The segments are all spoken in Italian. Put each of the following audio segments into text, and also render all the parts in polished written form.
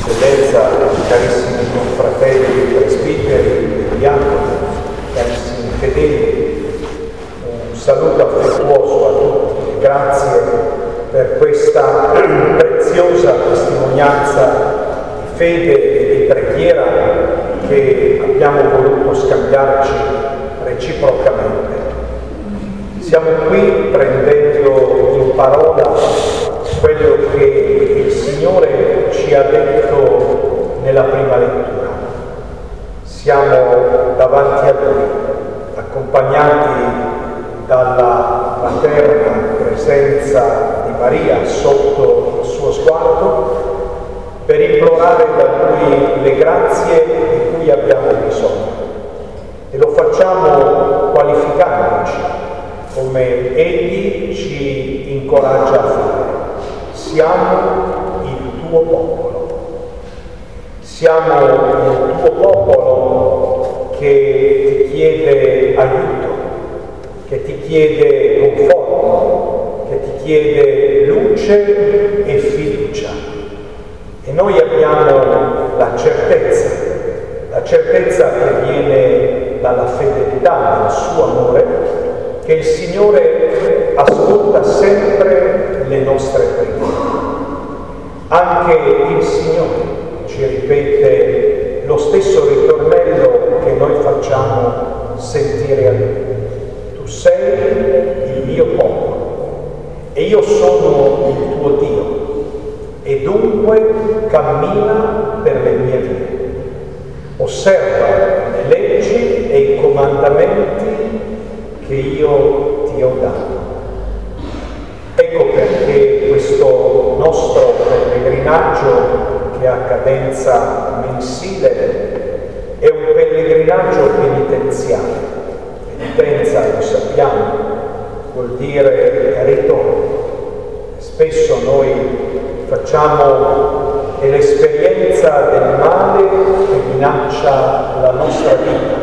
Eccellenza, carissimi confratelli, presbiteri, diaconi, carissimi fedeli, un saluto affettuoso a tutti e grazie per questa preziosa testimonianza di fede e di preghiera che abbiamo voluto scambiarci reciprocamente. Siamo qui prendendo in parola quello che il Signore ci ha detto nella prima lettura. Siamo davanti a Lui, accompagnati dalla materna presenza di Maria sotto il suo sguardo, per implorare da Lui le grazie di cui abbiamo bisogno. E lo facciamo qualificandoci, come Egli ci incoraggia a fare. Siamo il tuo popolo. Siamo il tuo popolo che ti chiede aiuto, che ti chiede conforto, che ti chiede luce e fiducia. E noi abbiamo la certezza che viene dalla fedeltà del suo amore, che il Signore ascolta sempre le nostre preghiere. Anche il Signore ci ripete lo stesso ritornello che noi facciamo sentire a Lui. Tu sei il mio popolo e io sono il tuo Dio, e dunque cammina per le mie vie. Osserva le leggi e i comandamenti che io ti ho dato. Ecco perché questo nostro pellegrinaggio, che ha cadenza mensile, è un pellegrinaggio penitenziale. Penitenza, lo sappiamo, vuol dire ritorno. Spesso noi facciamo l'esperienza del male che minaccia la nostra vita.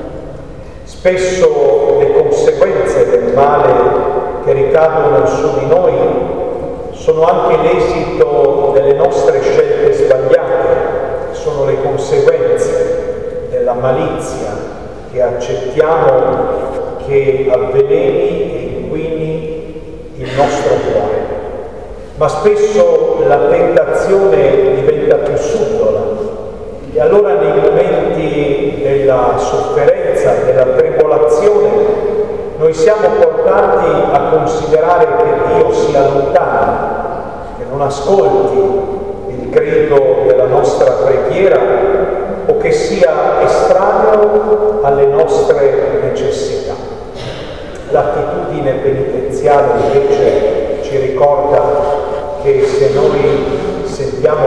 Spesso le conseguenze del male che ricadono su di noi sono anche l'esito delle nostre scelte sbagliate, sono le conseguenze della malizia che accettiamo che avveleni e inquini il nostro cuore. Ma spesso la tentazione diventa più subdola e allora nei momenti della sofferenza, della tribolazione, noi siamo portati a considerare che Dio sia lontano, che non ascolti il grido della nostra preghiera o che sia estraneo alle nostre necessità. L'attitudine penitenziale invece ci ricorda che se noi sentiamo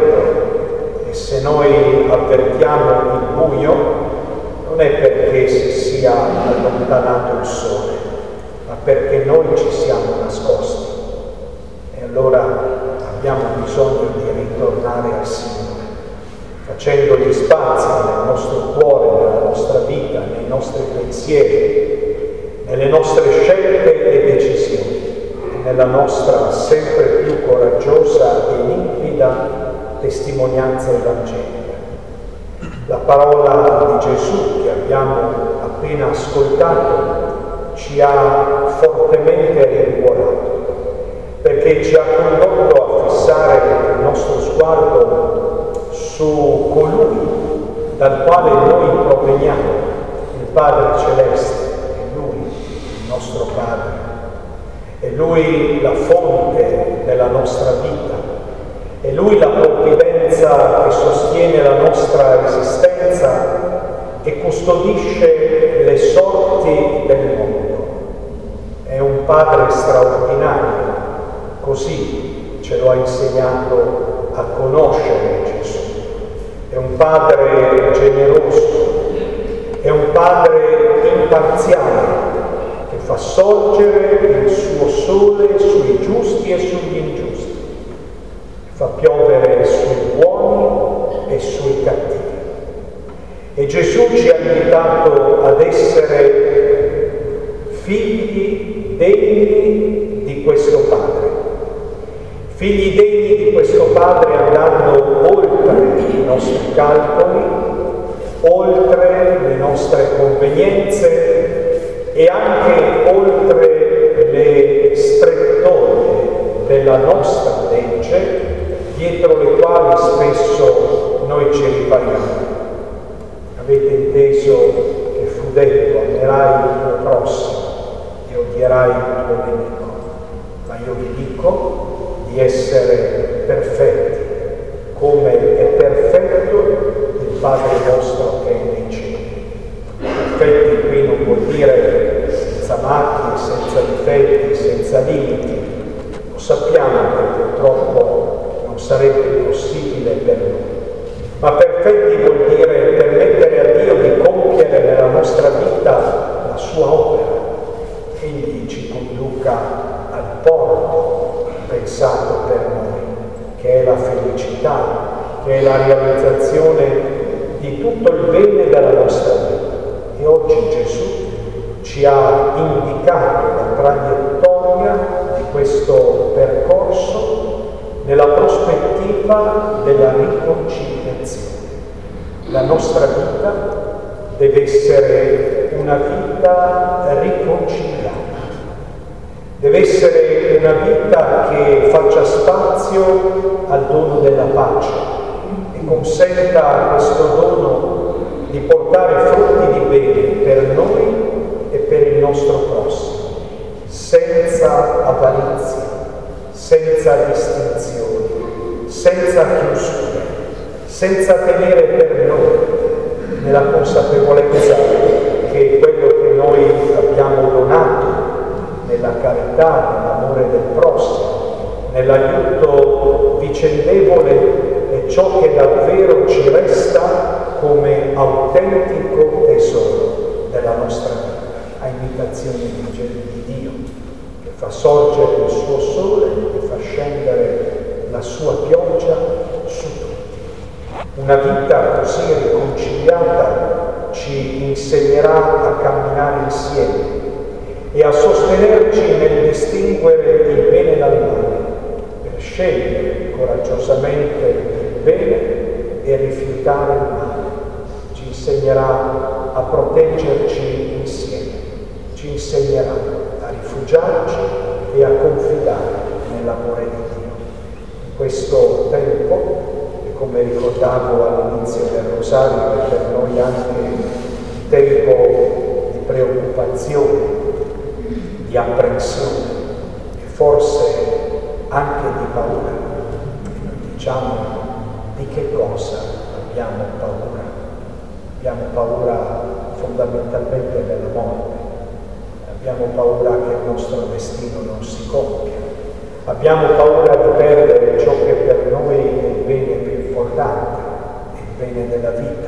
freddo e se noi avvertiamo il buio, non è perché si sia allontanato il sole, ma perché noi ci siamo nascosti. E allora abbiamo bisogno di ritornare al Signore, facendo gli spazi nel nostro cuore, nella nostra vita, nei nostri pensieri, nelle nostre scelte e decisioni, nella nostra sempre più coraggiosa e limpida testimonianza evangelica. La parola di Gesù che abbiamo appena ascoltato ci ha fortemente rincuorato, perché ci ha condotto a fissare il nostro sguardo su colui dal quale noi proveniamo, il Padre Celeste. È Lui il nostro Padre. È Lui la fonte della nostra vita, è Lui la provvidenza che sostiene la nostra esistenza e custodisce le sorti del mondo. È un Padre straordinario, così ce lo ha insegnato a conoscere Gesù. È un Padre generoso, è un Padre imparziale, che fa sorgere il suo sole sui giusti e sugli ingiusti, fa piovere sui buoni e sui cattivi. E Gesù ci ha invitato ad essere figli degni di questo Padre, figli degni di questo Padre andando oltre i nostri calcoli, oltre le nostre convenienze e anche oltre le strettoie della nostra legge, dietro le quali spesso noi ci ripariamo. Avete inteso che fu detto: amerai il tuo prossimo e odierai il tuo nemico. Ma io vi dico di essere perfetti, come è perfetto il Padre vostro che è nei cieli. Perfetti qui non vuol dire senza macchie, senza difetti, senza limiti. Lo sappiamo che purtroppo non sarebbe possibile per noi. Ma perfetti vuol dire permettere a Dio di compiere nella nostra vita la sua opera. Egli ci conduca al porto pensato per noi, che è la felicità, che è la realizzazione di tutto il bene della nostra vita. E oggi Gesù ci ha indicato la traiettoria di questo percorso nella prospettiva della riconciliazione. La nostra vita deve essere una vita riconciliata, deve essere una vita che faccia spazio al dono della pace e consenta a questo dono di portare frutti di bene per noi e per il nostro prossimo, senza avarizia, senza distinzioni, senza chiusure, senza tenere per noi, nella consapevolezza che quello che noi abbiamo donato nella carità, nell'amore del prossimo, nell'aiuto vicendevole è ciò che davvero ci resta come autentico tesoro della nostra vita, a imitazione di Dio, che fa sorgere il suo sole e fa scendere la sua pioggia su tutti. Una vita così riconciliata ci insegnerà a camminare insieme e a sostenerci nel distinguere il bene dal male, per scegliere coraggiosamente il bene e rifiutare il male. Ci insegnerà a proteggerci insieme, ci insegnerà a rifugiarci e a confidare nell'amore di Dio. In questo tempo, e come ricordavo all'inizio del Rosario, è per noi anche un tempo di preoccupazione, di apprensione e forse anche di paura. E noi diciamo: di che cosa abbiamo paura? Abbiamo paura fondamentalmente della morte, abbiamo paura che il nostro destino non si compia, abbiamo paura di perdere ciò che per noi è il bene più importante, il bene della vita.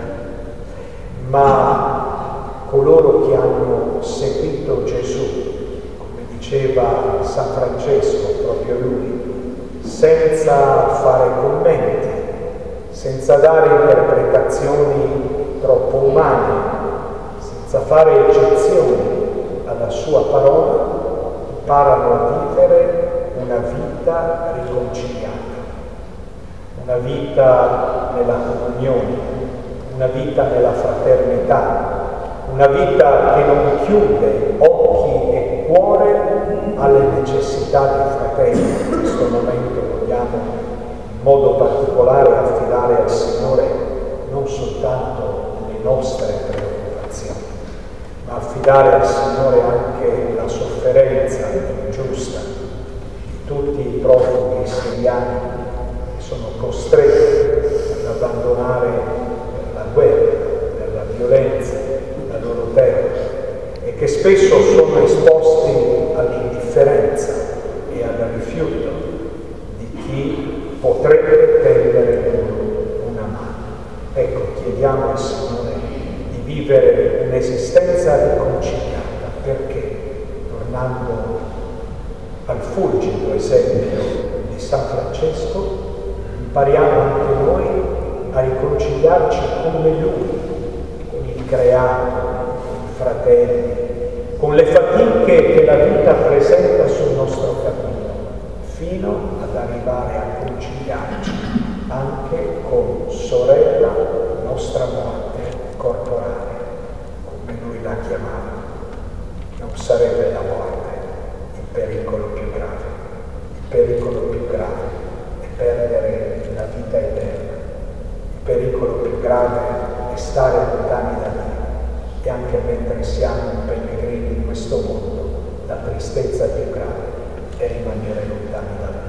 Ma coloro che hanno seguito Gesù, diceva San Francesco, proprio lui, senza fare commenti, senza dare interpretazioni troppo umane, senza fare eccezioni alla sua parola, imparano a vivere una vita riconciliata, una vita nella comunione, una vita nella fraternità, una vita che non chiude occhi e cuore alle necessità dei fratelli. In questo momento vogliamo in modo particolare affidare al Signore non soltanto le nostre preoccupazioni, ma affidare al Signore anche la sofferenza ingiusta di tutti i profughi siriani che sono costretti ad abbandonare la guerra, la violenza, la loro terra, e che spesso sono esposti all'indifferenza e al rifiuto di chi potrebbe tendere loro una mano. Ecco, chiediamo al Signore di vivere un'esistenza riconciliata, perché, tornando al fulgido esempio di San Francesco, impariamo anche noi a riconciliarci come Lui, con il creato, con i fratelli, con le fatiche che la vita presenta sul nostro cammino, fino ad ad arrivare a conciliarci anche con sorella nostra morte corporale, come lui la chiamava. Non sarebbe la morte il pericolo più grave. Il pericolo più grave è perdere la vita eterna. Il pericolo più grave è stare lontani da Dio. E anche mentre siamo pellegrini in questo mondo, la tristezza più grave è rimanere lontani da Dio.